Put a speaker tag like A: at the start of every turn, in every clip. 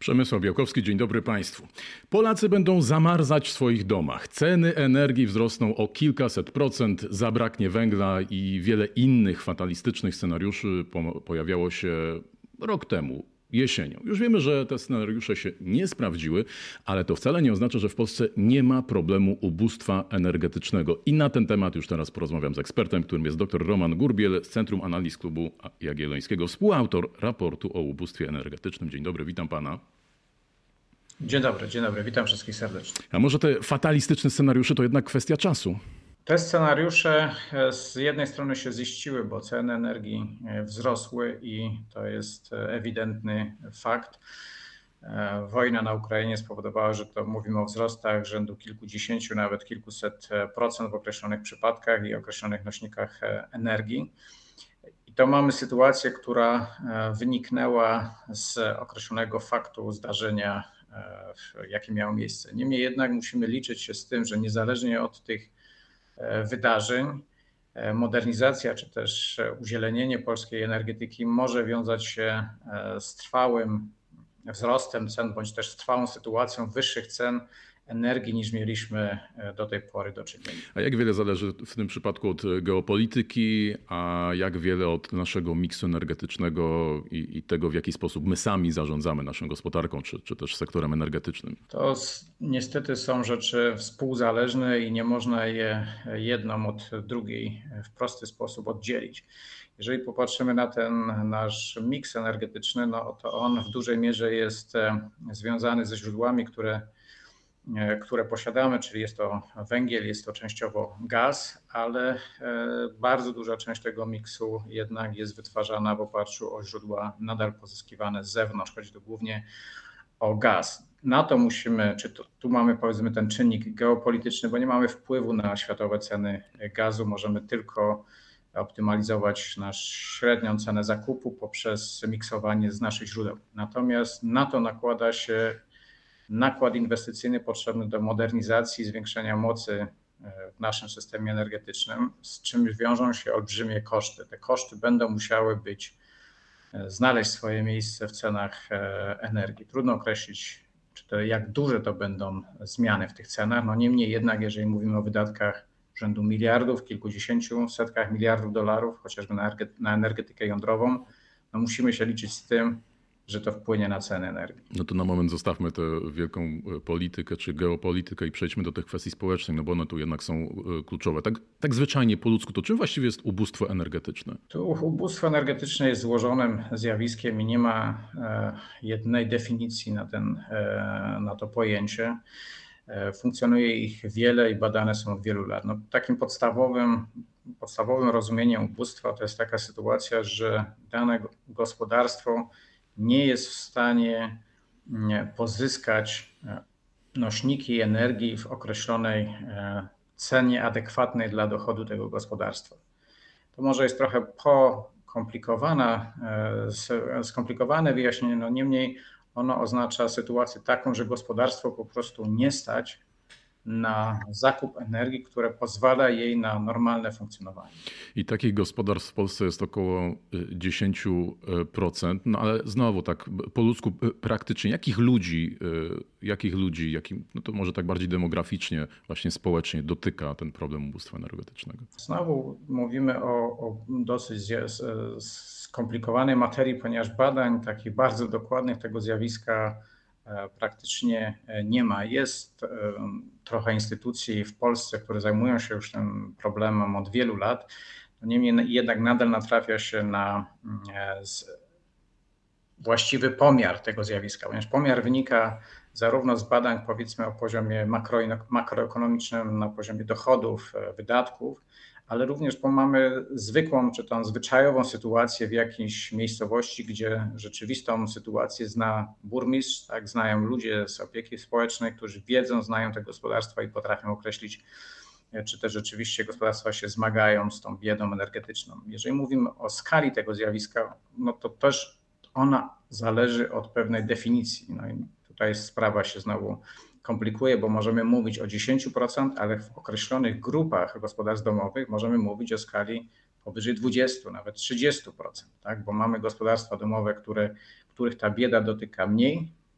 A: Przemysław Białkowski, dzień dobry Państwu. Polacy będą zamarzać w swoich domach. Ceny energii wzrosną o kilkaset procent, zabraknie węgla i wiele innych fatalistycznych scenariuszy pojawiało się rok temu, jesienią. Już wiemy, że te scenariusze się nie sprawdziły, ale to wcale nie oznacza, że w Polsce nie ma problemu ubóstwa energetycznego. I na ten temat już teraz porozmawiam z ekspertem, którym jest dr Roman Gurbiel z Centrum Analiz Klubu Jagiellońskiego, współautor raportu o ubóstwie energetycznym. Dzień dobry, witam pana.
B: Dzień dobry, witam wszystkich serdecznie.
A: A może te fatalistyczne scenariusze to jednak kwestia czasu?
B: Te scenariusze z jednej strony się ziściły, bo ceny energii wzrosły i to jest ewidentny fakt. Wojna na Ukrainie spowodowała, że to mówimy o wzrostach rzędu kilkudziesięciu, nawet kilkuset procent w określonych przypadkach i określonych nośnikach energii. I to mamy sytuację, która wyniknęła z określonego faktu zdarzenia, jakie miało miejsce. Niemniej jednak musimy liczyć się z tym, że niezależnie od tych wydarzeń, modernizacja czy też uzielenienie polskiej energetyki może wiązać się z trwałym wzrostem cen, bądź też z trwałą sytuacją wyższych cen energii niż mieliśmy do tej pory do czynienia.
A: A jak wiele zależy w tym przypadku od geopolityki, a jak wiele od naszego miksu energetycznego i tego, w jaki sposób my sami zarządzamy naszą gospodarką czy też sektorem energetycznym?
B: To niestety są rzeczy współzależne i nie można je jedną od drugiej w prosty sposób oddzielić. Jeżeli popatrzymy na ten nasz miks energetyczny, no to on w dużej mierze jest związany ze źródłami, które posiadamy, czyli jest to węgiel, jest to częściowo gaz, ale bardzo duża część tego miksu jednak jest wytwarzana w oparciu o źródła nadal pozyskiwane z zewnątrz. Chodzi tu głównie o gaz. Na to musimy, tu mamy powiedzmy ten czynnik geopolityczny, bo nie mamy wpływu na światowe ceny gazu, możemy tylko optymalizować średnią cenę zakupu poprzez miksowanie z naszych źródeł. Natomiast na to nakłada się nakład inwestycyjny potrzebny do modernizacji, zwiększenia mocy w naszym systemie energetycznym, z czym wiążą się olbrzymie koszty. Te koszty będą musiały znaleźć swoje miejsce w cenach energii. Trudno określić, jak duże to będą zmiany w tych cenach. No niemniej jednak, jeżeli mówimy o wydatkach rzędu miliardów, kilkudziesięciu, setkach miliardów dolarów, chociażby na energetykę jądrową, no musimy się liczyć z tym, że to wpłynie na ceny energii.
A: No to na moment zostawmy tę wielką politykę czy geopolitykę i przejdźmy do tych kwestii społecznych, no bo one tu jednak są kluczowe. Tak zwyczajnie po ludzku, to czym właściwie jest ubóstwo energetyczne?
B: Tu ubóstwo energetyczne jest złożonym zjawiskiem i nie ma jednej definicji na to pojęcie. Funkcjonuje ich wiele i badane są od wielu lat. No, takim podstawowym rozumieniem ubóstwa to jest taka sytuacja, że dane gospodarstwo nie jest w stanie pozyskać nośniki energii w określonej cenie adekwatnej dla dochodu tego gospodarstwa. To może jest trochę skomplikowane wyjaśnienie, no niemniej ono oznacza sytuację taką, że gospodarstwo po prostu nie stać na zakup energii, które pozwala jej na normalne funkcjonowanie.
A: I takich gospodarstw w Polsce jest około 10%, no ale znowu tak po ludzku praktycznie, jakich ludzi, no to może tak bardziej demograficznie, właśnie społecznie dotyka ten problem ubóstwa energetycznego?
B: Znowu mówimy o dosyć skomplikowanej materii, ponieważ badań takich bardzo dokładnych tego zjawiska praktycznie nie ma. Jest trochę instytucji w Polsce, które zajmują się już tym problemem od wielu lat. Niemniej jednak nadal natrafia się na właściwy pomiar tego zjawiska, ponieważ pomiar wynika zarówno z badań powiedzmy o poziomie makroekonomicznym, na poziomie dochodów, wydatków, ale również mamy zwykłą czy tam zwyczajową sytuację w jakiejś miejscowości, gdzie rzeczywistą sytuację zna burmistrz, tak, znają ludzie z opieki społecznej, którzy znają te gospodarstwa i potrafią określić, czy też rzeczywiście gospodarstwa się zmagają z tą biedą energetyczną. Jeżeli mówimy o skali tego zjawiska, no to też ona zależy od pewnej definicji. No i tutaj sprawa się znowu komplikuje, bo możemy mówić o 10%, ale w określonych grupach gospodarstw domowych możemy mówić o skali powyżej 20, nawet 30%, tak? Bo mamy gospodarstwa domowe, których ta bieda dotyka mniej,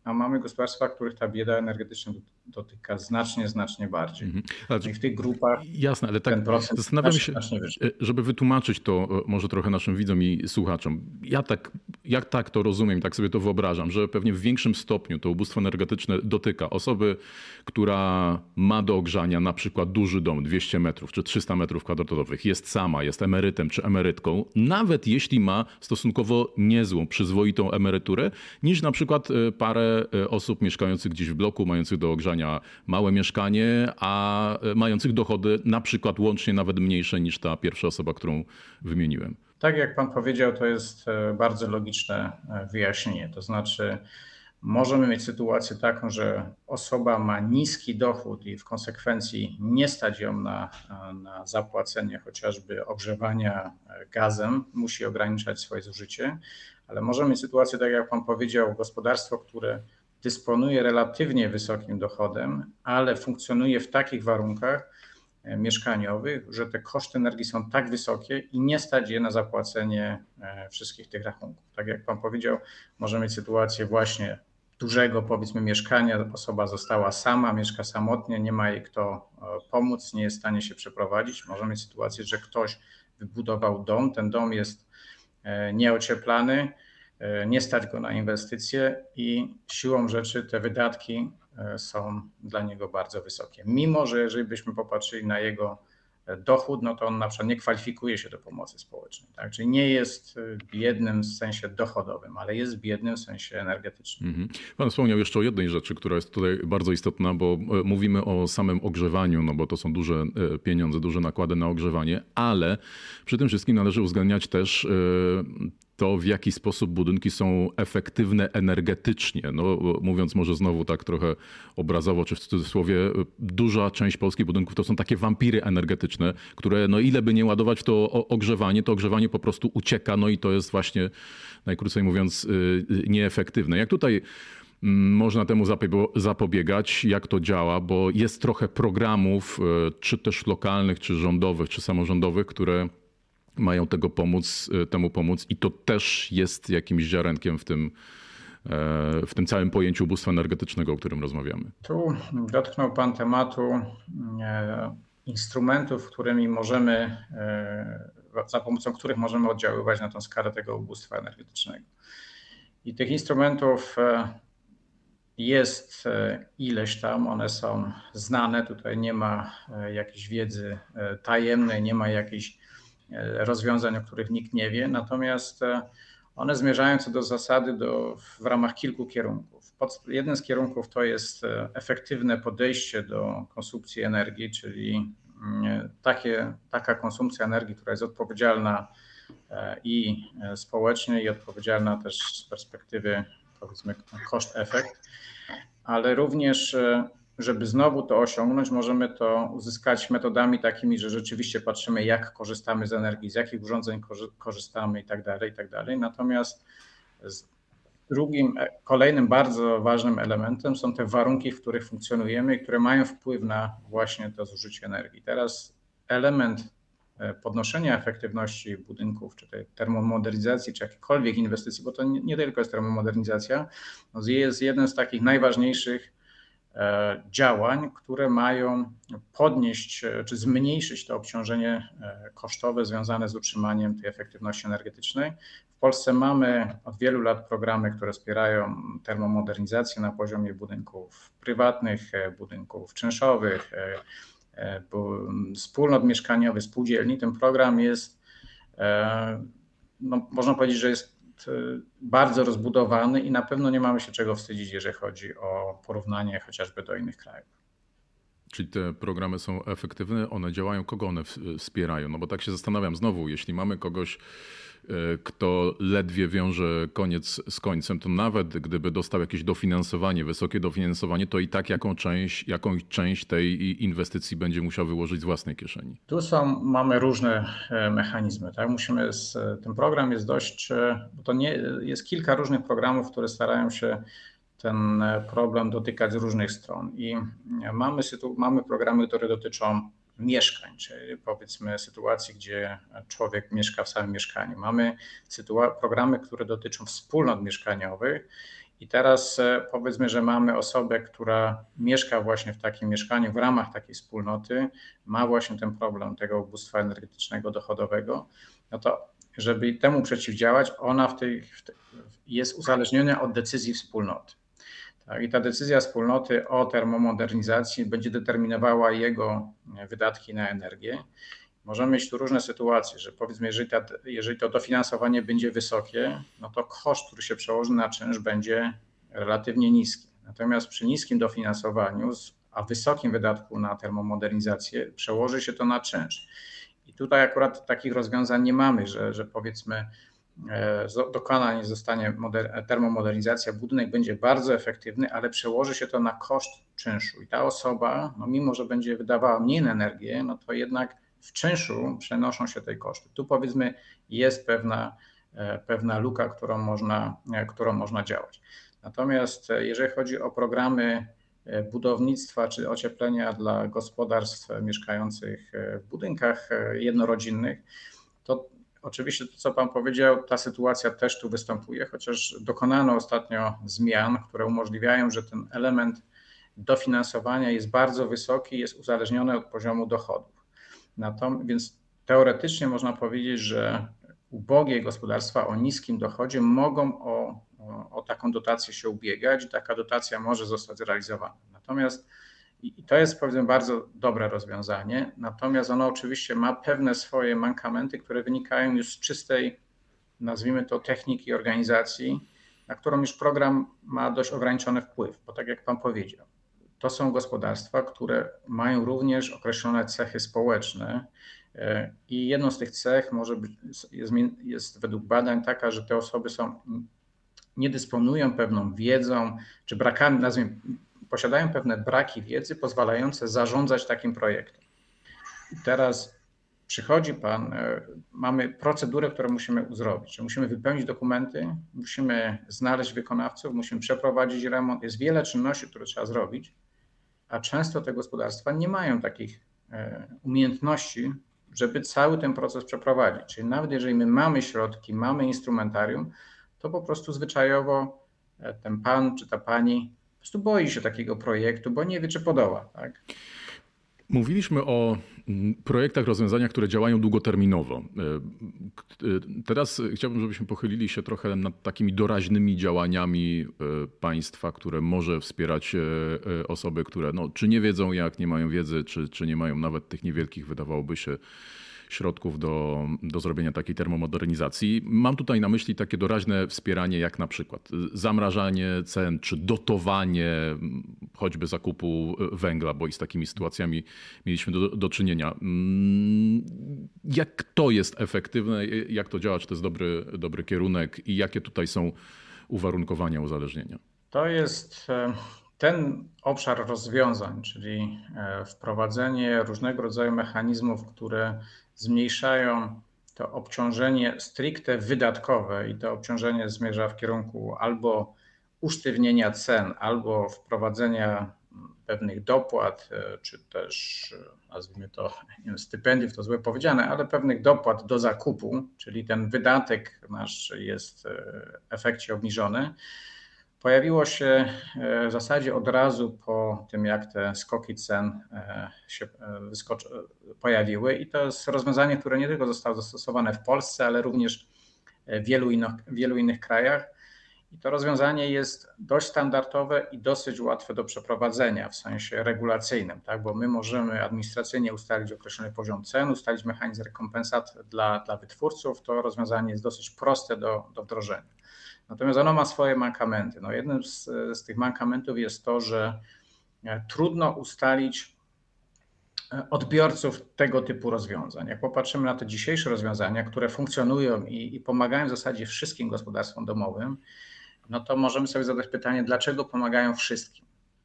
B: a mamy gospodarstwa, których ta bieda energetyczna dotyka znacznie bardziej.
A: Ale
B: I w tych grupach
A: jasne, ale tak
B: ten procent
A: zastanawiam się,
B: znacznie wyższy.
A: żeby wytłumaczyć to może trochę naszym widzom i słuchaczom. Jak tak to rozumiem, tak sobie to wyobrażam, że pewnie w większym stopniu to ubóstwo energetyczne dotyka osoby, która ma do ogrzania na przykład duży dom, 200 metrów czy 300 metrów kwadratowych, jest sama, jest emerytem czy emerytką, nawet jeśli ma stosunkowo niezłą, przyzwoitą emeryturę, niż na przykład parę osób mieszkających gdzieś w bloku, mających do ogrzania małe mieszkanie, a mających dochody na przykład łącznie nawet mniejsze niż ta pierwsza osoba, którą wymieniłem.
B: Tak jak pan powiedział, to jest bardzo logiczne wyjaśnienie. To znaczy, możemy mieć sytuację taką, że osoba ma niski dochód i w konsekwencji nie stać ją na zapłacenie chociażby ogrzewania gazem, musi ograniczać swoje zużycie, ale możemy mieć sytuację, tak jak pan powiedział, gospodarstwo, które dysponuje relatywnie wysokim dochodem, ale funkcjonuje w takich warunkach mieszkaniowych, że te koszty energii są tak wysokie i nie stać je na zapłacenie wszystkich tych rachunków. Tak jak pan powiedział, możemy mieć sytuację właśnie dużego, powiedzmy, mieszkania, osoba została sama, mieszka samotnie, nie ma jej kto pomóc, nie jest w stanie się przeprowadzić. Możemy mieć sytuację, że ktoś wybudował dom, ten dom jest nieocieplany, nie stać go na inwestycje i siłą rzeczy te wydatki są dla niego bardzo wysokie. Mimo że jeżeli byśmy popatrzyli na jego dochód, no to on na przykład nie kwalifikuje się do pomocy społecznej. Tak? Czyli nie jest biednym w sensie dochodowym, ale jest biednym w sensie energetycznym.
A: Pan wspomniał jeszcze o jednej rzeczy, która jest tutaj bardzo istotna, bo mówimy o samym ogrzewaniu, no bo to są duże pieniądze, duże nakłady na ogrzewanie, ale przy tym wszystkim należy uwzględniać też to, w jaki sposób budynki są efektywne energetycznie. No, mówiąc może znowu tak trochę obrazowo czy w cudzysłowie, duża część polskich budynków to są takie wampiry energetyczne, które no ile by nie ładować w to ogrzewanie po prostu ucieka, no i to jest właśnie, najkrócej mówiąc, nieefektywne. Jak tutaj można temu zapobiegać, jak to działa, bo jest trochę programów, czy też lokalnych, czy rządowych, czy samorządowych, które mają temu pomóc i to też jest jakimś ziarenkiem w tym całym pojęciu ubóstwa energetycznego, o którym rozmawiamy.
B: Tu dotknął pan tematu instrumentów, którymi możemy, za pomocą których możemy oddziaływać na tą skalę tego ubóstwa energetycznego. I tych instrumentów jest ileś tam, one są znane, tutaj nie ma jakiejś wiedzy tajemnej, nie ma jakichś rozwiązań, o których nikt nie wie, natomiast one zmierzają co do zasady w ramach kilku kierunków. Jeden z kierunków to jest efektywne podejście do konsumpcji energii, czyli taka konsumpcja energii, która jest odpowiedzialna i społecznie, i odpowiedzialna też z perspektywy, powiedzmy, koszt-efekt, ale również żeby znowu to osiągnąć, możemy to uzyskać metodami takimi, że rzeczywiście patrzymy, jak korzystamy z energii, z jakich urządzeń korzystamy i tak dalej. Natomiast kolejnym bardzo ważnym elementem są te warunki, w których funkcjonujemy i które mają wpływ na właśnie to zużycie energii. Teraz element podnoszenia efektywności budynków, czy tej termomodernizacji, czy jakichkolwiek inwestycji, bo to nie tylko jest termomodernizacja, jest jeden z takich najważniejszych działań, które mają podnieść czy zmniejszyć to obciążenie kosztowe związane z utrzymaniem tej efektywności energetycznej. W Polsce mamy od wielu lat programy, które wspierają termomodernizację na poziomie budynków prywatnych, budynków czynszowych, wspólnot mieszkaniowych, spółdzielni. Ten program jest, no, można powiedzieć, że jest bardzo rozbudowany i na pewno nie mamy się czego wstydzić, jeżeli chodzi o porównanie chociażby do innych krajów.
A: Czyli te programy są efektywne, one działają, kogo one wspierają? No bo tak się zastanawiam znowu, jeśli mamy kogoś, kto ledwie wiąże koniec z końcem, to nawet gdyby dostał jakieś dofinansowanie, wysokie dofinansowanie, to i tak jakąś część tej inwestycji będzie musiał wyłożyć z własnej kieszeni.
B: Tu mamy różne mechanizmy. Tak? Ten program jest bo to nie jest kilka różnych programów, które starają się ten problem dotykać z różnych stron. I mamy programy, które dotyczą mieszkań, czyli powiedzmy sytuacji, gdzie człowiek mieszka w samym mieszkaniu. Mamy programy, które dotyczą wspólnot mieszkaniowych I teraz powiedzmy, że mamy osobę, która mieszka właśnie w takim mieszkaniu w ramach takiej wspólnoty, ma właśnie ten problem tego ubóstwa energetycznego, dochodowego, no to żeby temu przeciwdziałać, ona jest uzależniona od decyzji wspólnoty. Tak, i ta decyzja wspólnoty o termomodernizacji będzie determinowała jego wydatki na energię. Możemy mieć tu różne sytuacje, że powiedzmy, jeżeli to dofinansowanie będzie wysokie, no to koszt, który się przełoży na czynsz, będzie relatywnie niski. Natomiast przy niskim dofinansowaniu, a wysokim wydatku na termomodernizację, przełoży się to na czynsz. I tutaj akurat takich rozwiązań nie mamy, że powiedzmy dokonana nie zostanie termomodernizacja, budynek będzie bardzo efektywny, ale przełoży się to na koszt czynszu. I ta osoba, no mimo że będzie wydawała mniej na energię, no to jednak w czynszu przenoszą się te koszty. Tu powiedzmy jest pewna luka, którą można działać. Natomiast jeżeli chodzi o programy budownictwa czy ocieplenia dla gospodarstw mieszkających w budynkach jednorodzinnych, to oczywiście to, co Pan powiedział, ta sytuacja też tu występuje, chociaż dokonano ostatnio zmian, które umożliwiają, że ten element dofinansowania jest bardzo wysoki, jest uzależniony od poziomu dochodów. Więc teoretycznie można powiedzieć, że ubogie gospodarstwa o niskim dochodzie mogą o taką dotację się ubiegać i taka dotacja może zostać zrealizowana. Natomiast i to jest, powiedzmy, bardzo dobre rozwiązanie, natomiast ono oczywiście ma pewne swoje mankamenty, które wynikają już z czystej, nazwijmy to, techniki organizacji, na którą już program ma dość ograniczony wpływ, bo tak jak Pan powiedział, to są gospodarstwa, które mają również określone cechy społeczne i jedną z tych cech jest według badań taka, że te osoby nie dysponują pewną wiedzą, czy brakami, nazwijmy, posiadają pewne braki wiedzy pozwalające zarządzać takim projektem. I teraz przychodzi Pan, mamy procedurę, którą musimy zrobić. Musimy wypełnić dokumenty, musimy znaleźć wykonawców, musimy przeprowadzić remont. Jest wiele czynności, które trzeba zrobić, a często te gospodarstwa nie mają takich umiejętności, żeby cały ten proces przeprowadzić. Czyli nawet jeżeli my mamy środki, mamy instrumentarium, to po prostu zwyczajowo ten pan czy ta pani po prostu boi się takiego projektu, bo nie wie, czy podoła. Tak?
A: Mówiliśmy o projektach, rozwiązaniach, które działają długoterminowo. Teraz chciałbym, żebyśmy pochylili się trochę nad takimi doraźnymi działaniami państwa, które może wspierać osoby, które czy nie wiedzą jak, nie mają wiedzy, czy nie mają nawet tych niewielkich, wydawałoby się, środków do zrobienia takiej termomodernizacji. Mam tutaj na myśli takie doraźne wspieranie, jak na przykład zamrażanie cen, czy dotowanie choćby zakupu węgla, bo i z takimi sytuacjami mieliśmy do czynienia. Jak to jest efektywne, jak to działa, czy to jest dobry kierunek i jakie tutaj są uwarunkowania uzależnienia?
B: To jest ten obszar rozwiązań, czyli wprowadzenie różnego rodzaju mechanizmów, które zmniejszają to obciążenie stricte wydatkowe i to obciążenie zmierza w kierunku albo usztywnienia cen, albo wprowadzenia pewnych dopłat, czy też nazwijmy to, nie wiem, stypendiów, to złe powiedziane, ale pewnych dopłat do zakupu, czyli ten wydatek nasz jest w efekcie obniżony. Pojawiło się w zasadzie od razu po tym, jak te skoki cen się pojawiły i to jest rozwiązanie, które nie tylko zostało zastosowane w Polsce, ale również w wielu innych krajach. I to rozwiązanie jest dość standardowe i dosyć łatwe do przeprowadzenia w sensie regulacyjnym, tak? Bo my możemy administracyjnie ustalić określony poziom cen, ustalić mechanizm rekompensat dla wytwórców. To rozwiązanie jest dosyć proste do wdrożenia. Natomiast ono ma swoje mankamenty. Jednym z tych mankamentów jest to, że trudno ustalić odbiorców tego typu rozwiązań. Jak popatrzymy na te dzisiejsze rozwiązania, które funkcjonują i pomagają w zasadzie wszystkim gospodarstwom domowym, no to możemy sobie zadać pytanie, dlaczego pomagają wszystkim?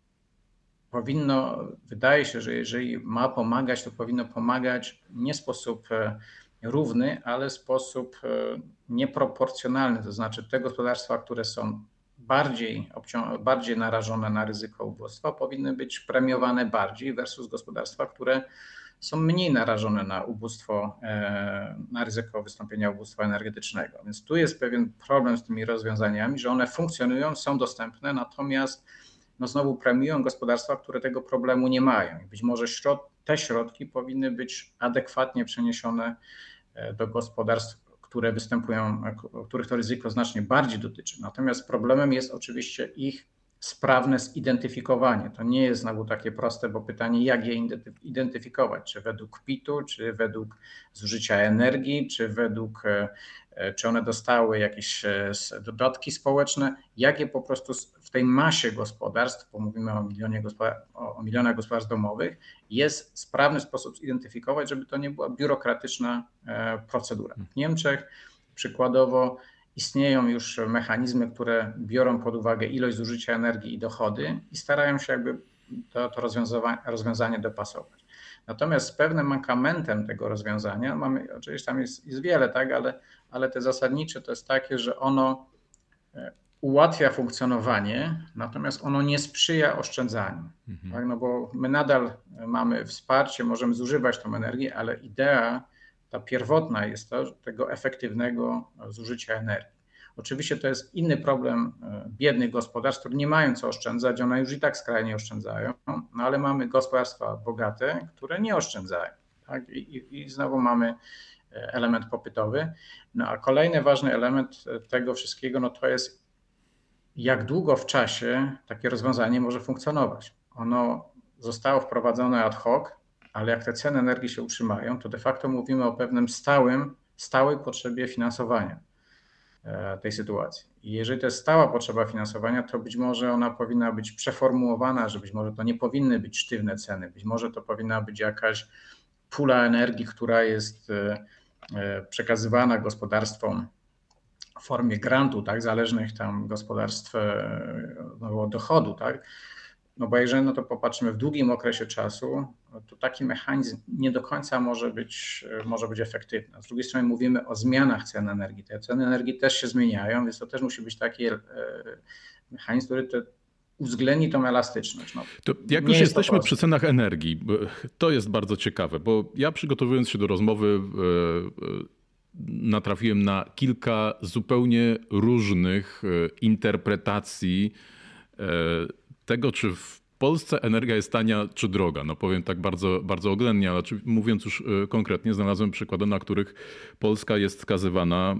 B: Wydaje się, że jeżeli ma pomagać, to powinno pomagać nie w sposób równy, ale w sposób nieproporcjonalny. To znaczy te gospodarstwa, które są bardziej narażone na ryzyko ubóstwa, powinny być premiowane bardziej versus gospodarstwa, które są mniej narażone na ubóstwo, na ryzyko wystąpienia ubóstwa energetycznego. Więc tu jest pewien problem z tymi rozwiązaniami, że one funkcjonują, są dostępne, natomiast no znowu premiują gospodarstwa, które tego problemu nie mają. I być może te środki powinny być adekwatnie przeniesione do gospodarstw, które występują, których to ryzyko znacznie bardziej dotyczy. Natomiast problemem jest oczywiście ich sprawne zidentyfikowanie. To nie jest znowu takie proste, bo pytanie, jak je identyfikować? Czy według PIT-u, czy według zużycia energii, czy one dostały jakieś dodatki społeczne? Jak je po prostu w tej masie gospodarstw, bo mówimy o milionach gospodarstw domowych, jest sprawny sposób zidentyfikować, żeby to nie była biurokratyczna procedura. W Niemczech przykładowo istnieją już mechanizmy, które biorą pod uwagę ilość zużycia energii i dochody i starają się jakby to rozwiązanie dopasować. Natomiast pewnym mankamentem tego rozwiązania mamy, oczywiście tam jest wiele, tak, ale te zasadnicze to jest takie, że ono ułatwia funkcjonowanie, natomiast ono nie sprzyja oszczędzaniu. Tak? No bo my nadal mamy wsparcie, możemy zużywać tą energię, ale idea ta pierwotna jest to tego efektywnego zużycia energii. Oczywiście to jest inny problem biednych gospodarstw, które nie mają co oszczędzać, one już i tak skrajnie oszczędzają, no ale mamy gospodarstwa bogate, które nie oszczędzają. Tak? I znowu mamy element popytowy. No a kolejny ważny element tego wszystkiego, no to jest jak długo w czasie takie rozwiązanie może funkcjonować. Ono zostało wprowadzone ad hoc, ale jak te ceny energii się utrzymają, to de facto mówimy o pewnym stałej potrzebie finansowania tej sytuacji. I jeżeli to jest stała potrzeba finansowania, to być może ona powinna być przeformułowana, że być może to nie powinny być sztywne ceny, być może to powinna być jakaś pula energii, która jest przekazywana gospodarstwom w formie grantu, tak, zależnych tam gospodarstw od dochodu, tak. No bo jeżeli to popatrzymy w długim okresie czasu, to taki mechanizm nie do końca może być efektywny. Z drugiej strony mówimy o zmianach cen energii. Te ceny energii też się zmieniają, więc to też musi być taki mechanizm, który uwzględni tą elastyczność. No,
A: to jak już jesteśmy przy cenach energii, to jest bardzo ciekawe, bo ja przygotowując się do rozmowy natrafiłem na kilka zupełnie różnych interpretacji tego, czy w Polsce energia jest tania czy droga. No powiem tak bardzo, bardzo oględnie, ale mówiąc już konkretnie, znalazłem przykłady, na których Polska jest wskazywana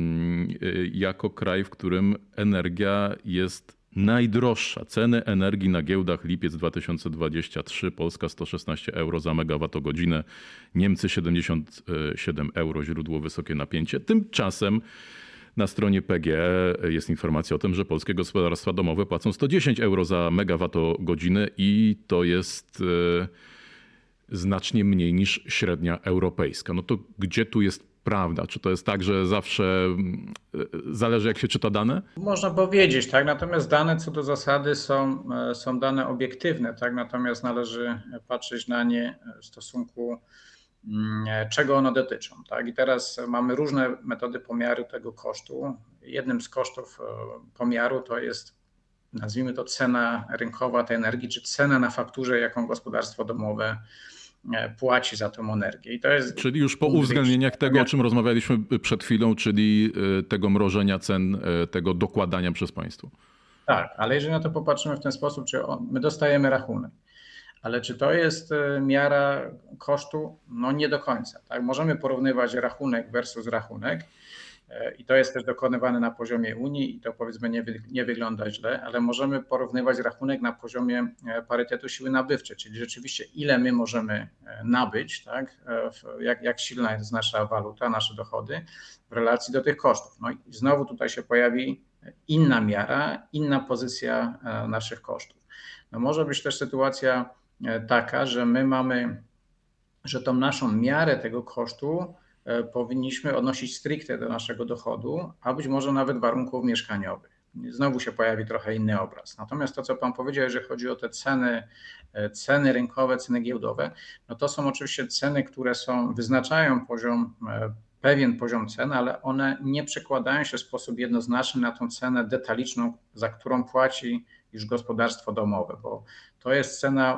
A: jako kraj, w którym energia jest najdroższa. Ceny energii na giełdach lipiec 2023, Polska 116 euro za megawattogodzinę, Niemcy 77 euro, źródło wysokie napięcie. Tymczasem na stronie PGE jest informacja o tym, że polskie gospodarstwa domowe płacą 110 euro za megawattogodzinę i to jest znacznie mniej niż średnia europejska. No to gdzie tu jest prawda? Czy to jest tak, że zawsze zależy, jak się czyta dane?
B: Można powiedzieć, tak. Natomiast dane co do zasady są dane obiektywne, tak. Natomiast należy patrzeć na nie w stosunku czego one dotyczą. Tak? I teraz mamy różne metody pomiaru tego kosztu. Jednym z kosztów pomiaru to jest, nazwijmy to, cena rynkowa tej energii, czy cena na fakturze, jaką gospodarstwo domowe płaci za tą energię. I to jest
A: czyli już po uwzględnieniach tego, o czym rozmawialiśmy przed chwilą, czyli tego mrożenia cen, tego dokładania przez państwo.
B: Tak, ale jeżeli na to popatrzymy w ten sposób, czy my dostajemy rachunek, ale czy to jest miara kosztu? No nie do końca. Tak? Możemy porównywać rachunek versus rachunek i to jest też dokonywane na poziomie Unii i to powiedzmy nie wygląda źle, ale możemy porównywać rachunek na poziomie parytetu siły nabywczej, czyli rzeczywiście ile my możemy nabyć, tak? Jak silna jest nasza waluta, nasze dochody w relacji do tych kosztów. No i znowu tutaj się pojawi inna miara, inna pozycja naszych kosztów. No może być też sytuacja taka, że że tą naszą miarę tego kosztu powinniśmy odnosić stricte do naszego dochodu, a być może nawet warunków mieszkaniowych. Znowu się pojawi trochę inny obraz. Natomiast to, co pan powiedział, jeżeli chodzi o te ceny rynkowe, ceny giełdowe, no to są oczywiście ceny, które wyznaczają pewien poziom cen, ale one nie przekładają się w sposób jednoznaczny na tą cenę detaliczną, za którą płaci już gospodarstwo domowe, bo to jest cena,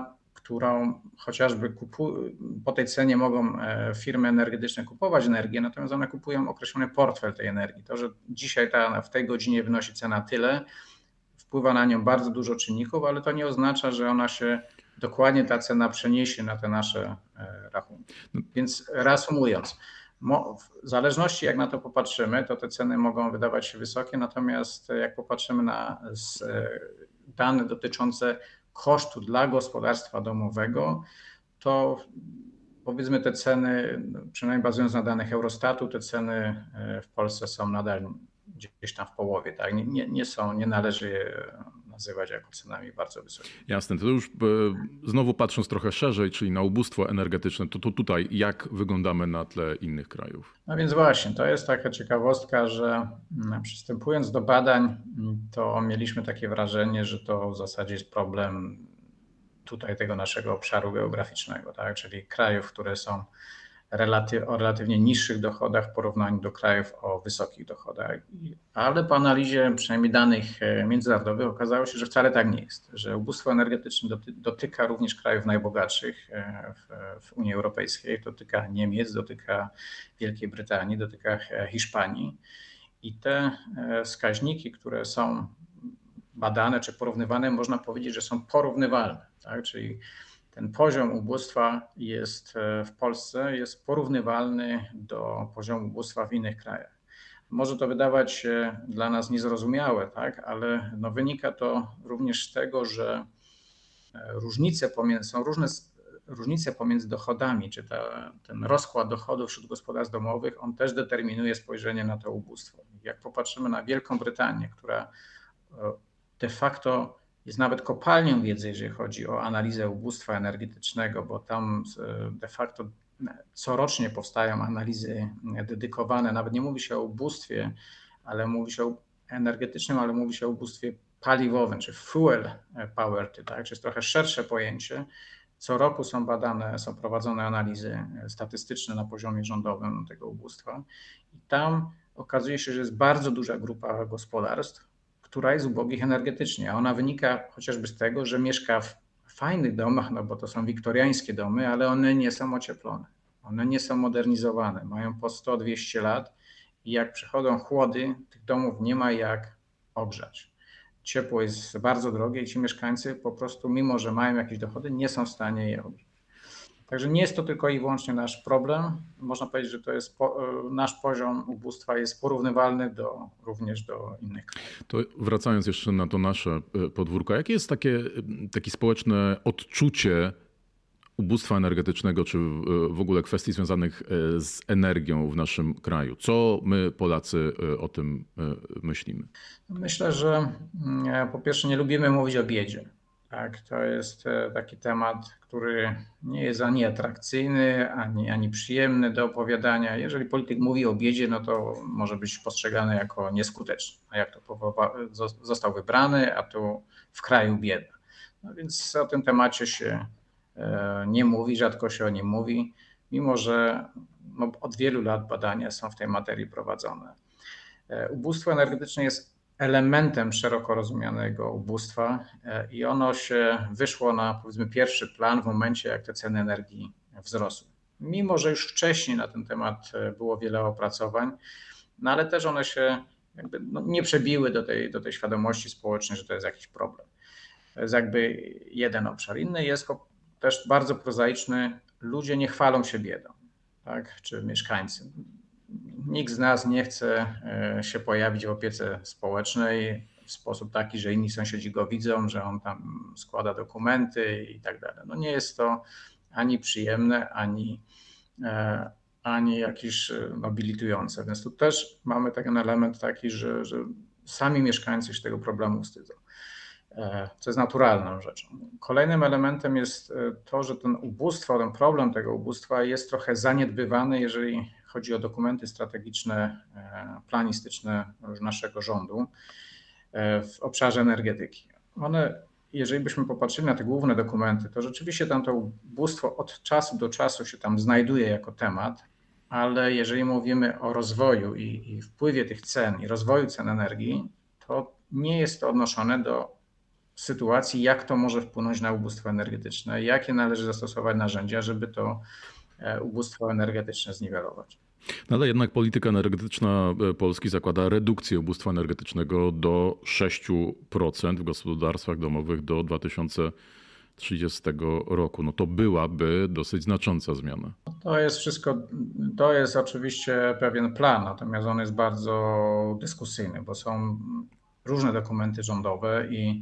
B: którą chociażby po tej cenie mogą firmy energetyczne kupować energię, natomiast one kupują określony portfel tej energii. To, że dzisiaj w tej godzinie wynosi cena tyle, wpływa na nią bardzo dużo czynników, ale to nie oznacza, że ona się dokładnie ta cena przeniesie na te nasze rachunki. Więc reasumując, w zależności jak na to popatrzymy, to te ceny mogą wydawać się wysokie, natomiast jak popatrzymy na dane dotyczące kosztu dla gospodarstwa domowego, to powiedzmy te ceny, przynajmniej bazując na danych Eurostatu, te ceny w Polsce są nadal gdzieś tam w połowie, tak? Nie należy je nazywać jako cenami bardzo wysokimi.
A: Jasne, to już znowu patrząc trochę szerzej, czyli na ubóstwo energetyczne, to tutaj jak wyglądamy na tle innych krajów?
B: No więc właśnie, to jest taka ciekawostka, że przystępując do badań, to mieliśmy takie wrażenie, że to w zasadzie jest problem tutaj tego naszego obszaru geograficznego, tak? Czyli krajów, które są o relatywnie niższych dochodach w porównaniu do krajów o wysokich dochodach. Ale po analizie przynajmniej danych międzynarodowych okazało się, że wcale tak nie jest, że ubóstwo energetyczne dotyka również krajów najbogatszych w Unii Europejskiej, dotyka Niemiec, dotyka Wielkiej Brytanii, dotyka Hiszpanii i te wskaźniki, które są badane czy porównywane, można powiedzieć, że są porównywalne, tak? Czyli ten poziom ubóstwa jest w Polsce jest porównywalny do poziomu ubóstwa w innych krajach. Może to wydawać się dla nas niezrozumiałe, tak? Ale wynika to również z tego, że są różne różnice pomiędzy dochodami, czy ten rozkład dochodów wśród gospodarstw domowych, on też determinuje spojrzenie na to ubóstwo. Jak popatrzymy na Wielką Brytanię, która de facto jest nawet kopalnią wiedzy, jeżeli chodzi o analizę ubóstwa energetycznego, bo tam de facto corocznie powstają analizy dedykowane, nawet nie mówi się o ubóstwie, ale mówi się o energetycznym, ale mówi się o ubóstwie paliwowym, czy fuel poverty, tak? Czy jest trochę szersze pojęcie. Co roku są prowadzone analizy statystyczne na poziomie rządowym tego ubóstwa i tam okazuje się, że jest bardzo duża grupa gospodarstw, która jest ubogich energetycznie, a ona wynika chociażby z tego, że mieszka w fajnych domach, no bo to są wiktoriańskie domy, ale one nie są ocieplone, one nie są modernizowane, mają po 100-200 lat i jak przychodzą chłody, tych domów nie ma jak ogrzać. Ciepło jest bardzo drogie i ci mieszkańcy po prostu, mimo że mają jakieś dochody, nie są w stanie je ogrzać. Także nie jest to tylko i wyłącznie nasz problem. Można powiedzieć, że to jest nasz poziom ubóstwa jest porównywalny również do innych krajów.
A: To wracając jeszcze na to nasze podwórko, jakie jest takie społeczne odczucie ubóstwa energetycznego, czy w ogóle kwestii związanych z energią w naszym kraju? Co my, Polacy, o tym myślimy?
B: Myślę, że po pierwsze nie lubimy mówić o biedzie. Tak, to jest taki temat, który nie jest ani atrakcyjny, ani przyjemny do opowiadania. Jeżeli polityk mówi o biedzie, no to może być postrzegany jako nieskuteczny. A jak to został wybrany, a tu w kraju bieda. No więc o tym temacie się nie mówi, rzadko się o nim mówi, mimo że od wielu lat badania są w tej materii prowadzone. Ubóstwo energetyczne jest elementem szeroko rozumianego ubóstwa i ono się wyszło na, powiedzmy, pierwszy plan w momencie, jak te ceny energii wzrosły. Mimo że już wcześniej na ten temat było wiele opracowań, no ale też one się jakby nie przebiły do tej świadomości społecznej, że to jest jakiś problem. To jest jakby jeden obszar. Inny jest też bardzo prozaiczny. Ludzie nie chwalą się biedą, tak? Czy mieszkańcy. Nikt z nas nie chce się pojawić w opiece społecznej w sposób taki, że inni sąsiedzi go widzą, że on tam składa dokumenty i tak dalej. No nie jest to ani przyjemne, ani jakieś nobilitujące. Więc tu też mamy ten element taki, że sami mieszkańcy się tego problemu wstydzą, co jest naturalną rzeczą. Kolejnym elementem jest to, że ten problem tego ubóstwa jest trochę zaniedbywany, jeżeli chodzi o dokumenty strategiczne, planistyczne naszego rządu w obszarze energetyki. Jeżeli byśmy popatrzyli na te główne dokumenty, to rzeczywiście tam to ubóstwo od czasu do czasu się tam znajduje jako temat, ale jeżeli mówimy o rozwoju i wpływie tych cen i rozwoju cen energii, to nie jest to odnoszone do sytuacji, jak to może wpłynąć na ubóstwo energetyczne, jakie należy zastosować narzędzia, żeby to ubóstwo energetyczne zniwelować.
A: No ale jednak polityka energetyczna Polski zakłada redukcję ubóstwa energetycznego do 6% w gospodarstwach domowych do 2030 roku. No to byłaby dosyć znacząca zmiana.
B: To jest wszystko, to jest oczywiście pewien plan, natomiast on jest bardzo dyskusyjny, bo są różne dokumenty rządowe i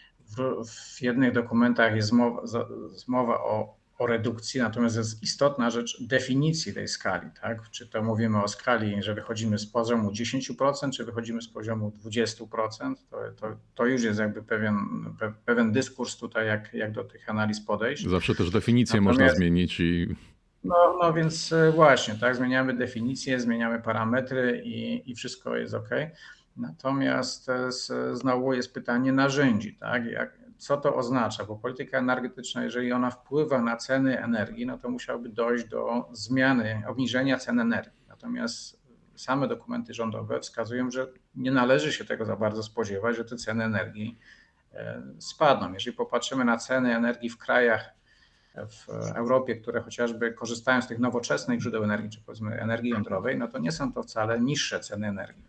B: w jednych dokumentach jest mowa o redukcji, natomiast jest istotna rzecz definicji tej skali. Tak? Czy to mówimy o skali, że wychodzimy z poziomu 10%, czy wychodzimy z poziomu 20%, to już jest jakby pewien dyskurs tutaj, jak do tych analiz podejść.
A: Zawsze też definicję można zmienić i...
B: No więc właśnie, tak, zmieniamy definicję, zmieniamy parametry i wszystko jest OK. Natomiast znowu jest pytanie narzędzi, tak? Co to oznacza? Bo polityka energetyczna, jeżeli ona wpływa na ceny energii, no to musiałoby dojść do zmiany, obniżenia cen energii. Natomiast same dokumenty rządowe wskazują, że nie należy się tego za bardzo spodziewać, że te ceny energii spadną. Jeżeli popatrzymy na ceny energii w krajach w Europie, które chociażby korzystają z tych nowoczesnych źródeł energii, czy powiedzmy energii jądrowej, no to nie są to wcale niższe ceny energii.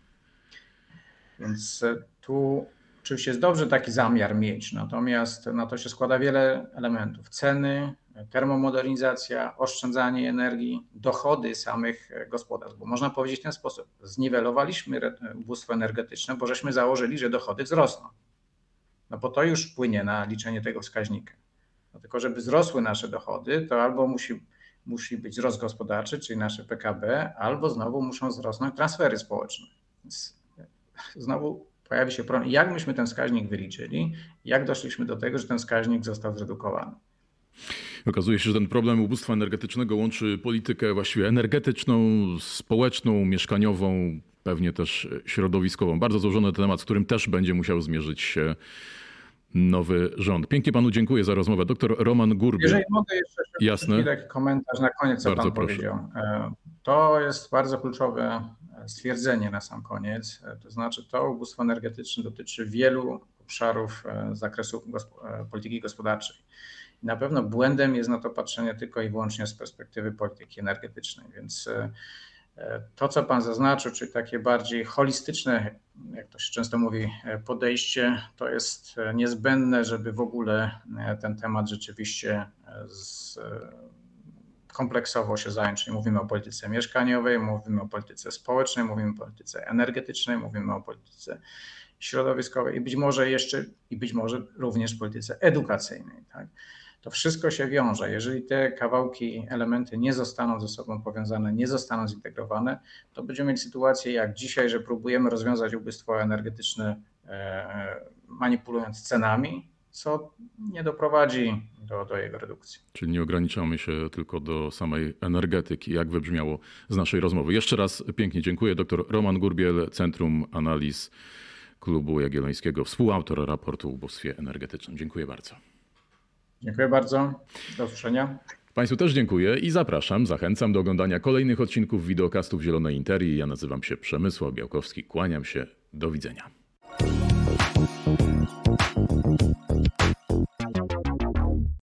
B: Więc tu oczywiście jest dobrze taki zamiar mieć, natomiast na to się składa wiele elementów. Ceny, termomodernizacja, oszczędzanie energii, dochody samych gospodarstw. Bo można powiedzieć w ten sposób, zniwelowaliśmy ubóstwo energetyczne, bo żeśmy założyli, że dochody wzrosną. No bo to już wpłynie na liczenie tego wskaźnika. No tylko żeby wzrosły nasze dochody, to albo musi być wzrost gospodarczy, czyli nasze PKB, albo znowu muszą wzrosnąć transfery społeczne. Więc znowu pojawi się problem, jak myśmy ten wskaźnik wyliczyli, jak doszliśmy do tego, że ten wskaźnik został zredukowany.
A: Okazuje się, że ten problem ubóstwa energetycznego łączy politykę właściwie energetyczną, społeczną, mieszkaniową, pewnie też środowiskową. Bardzo złożony temat, z którym też będzie musiał zmierzyć się nowy rząd. Pięknie panu dziękuję za rozmowę. Dr Roman Gurbiel.
B: Jeżeli mogę jeszcze taki komentarz na koniec, co bardzo pan powiedział. To jest bardzo kluczowe stwierdzenie na sam koniec. To znaczy to ubóstwo energetyczne dotyczy wielu obszarów z zakresu polityki gospodarczej. I na pewno błędem jest na to patrzenie tylko i wyłącznie z perspektywy polityki energetycznej. Więc to, co pan zaznaczył, czyli takie bardziej holistyczne, jak to się często mówi, podejście, to jest niezbędne, żeby w ogóle ten temat rzeczywiście kompleksowo się zająć. Czyli mówimy o polityce mieszkaniowej, mówimy o polityce społecznej, mówimy o polityce energetycznej, mówimy o polityce środowiskowej i być może również polityce edukacyjnej. Tak? To wszystko się wiąże. Jeżeli te kawałki, elementy nie zostaną ze sobą powiązane, nie zostaną zintegrowane, to będziemy mieć sytuację jak dzisiaj, że próbujemy rozwiązać ubóstwo energetyczne manipulując cenami, co nie doprowadzi do jego redukcji.
A: Czyli nie ograniczamy się tylko do samej energetyki, jak wybrzmiało z naszej rozmowy. Jeszcze raz pięknie dziękuję. Dr Roman Gurbiel, Centrum Analiz Klubu Jagiellońskiego, współautor raportu o ubóstwie energetycznym. Dziękuję bardzo.
B: Dziękuję bardzo. Do usłyszenia.
A: Państwu też dziękuję i zapraszam, zachęcam do oglądania kolejnych odcinków wideokastów Zielonej Interii. Ja nazywam się Przemysław Białkowski. Kłaniam się. Do widzenia.